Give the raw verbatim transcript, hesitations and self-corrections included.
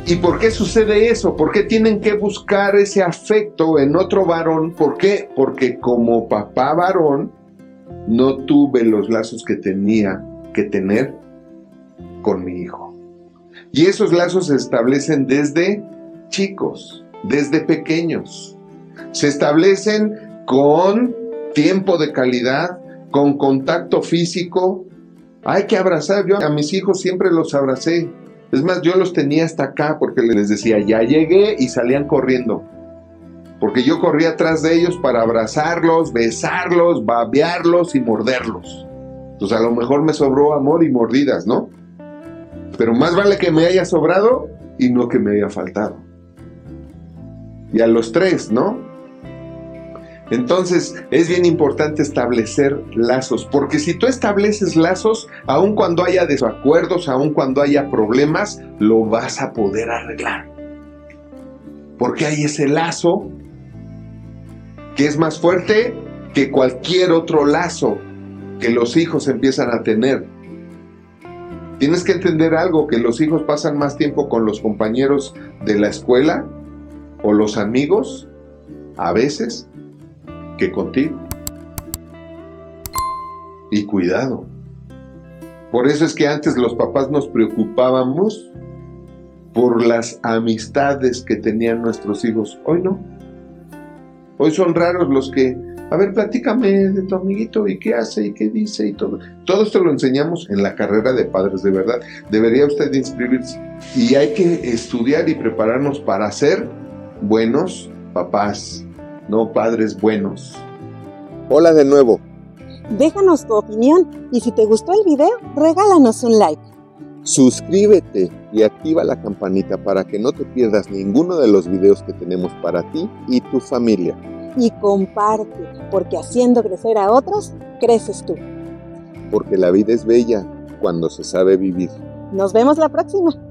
¿Y por qué sucede eso? ¿Por qué tienen que buscar ese afecto en otro varón? ¿Por qué? Porque como papá varón no tuve los lazos que tenía que tener con mi hijo. Y esos lazos se establecen desde chicos, desde pequeños. Se establecen con tiempo de calidad, con contacto físico. Hay que abrazar. Yo a mis hijos siempre los abracé. Es más, yo los tenía hasta acá porque les decía, ya llegué, y salían corriendo. Porque yo corría atrás de ellos para abrazarlos, besarlos, babearlos y morderlos. Entonces a lo mejor me sobró amor y mordidas, ¿no? Pero más vale que me haya sobrado y no que me haya faltado. Y a los tres, ¿no? Entonces es bien importante establecer lazos, porque si tú estableces lazos, aun cuando haya desacuerdos, aun cuando haya problemas, lo vas a poder arreglar. Porque hay ese lazo que es más fuerte que cualquier otro lazo que los hijos empiezan a tener. Tienes que entender algo, que los hijos pasan más tiempo con los compañeros de la escuela o los amigos, a veces, que contigo. Y cuidado. Por eso es que antes los papás nos preocupábamos por las amistades que tenían nuestros hijos. Hoy no. Hoy son raros los que, a ver, platícame de tu amiguito y qué hace y qué dice y todo. Todo esto lo enseñamos en la carrera de padres de verdad. Debería usted inscribirse. Y hay que estudiar y prepararnos para ser buenos papás, no padres buenos. Hola de nuevo. Déjanos tu opinión y si te gustó el video, regálanos un like. Suscríbete y activa la campanita para que no te pierdas ninguno de los videos que tenemos para ti y tu familia. Y comparte, porque haciendo crecer a otros, creces tú. Porque la vida es bella cuando se sabe vivir. Nos vemos la próxima.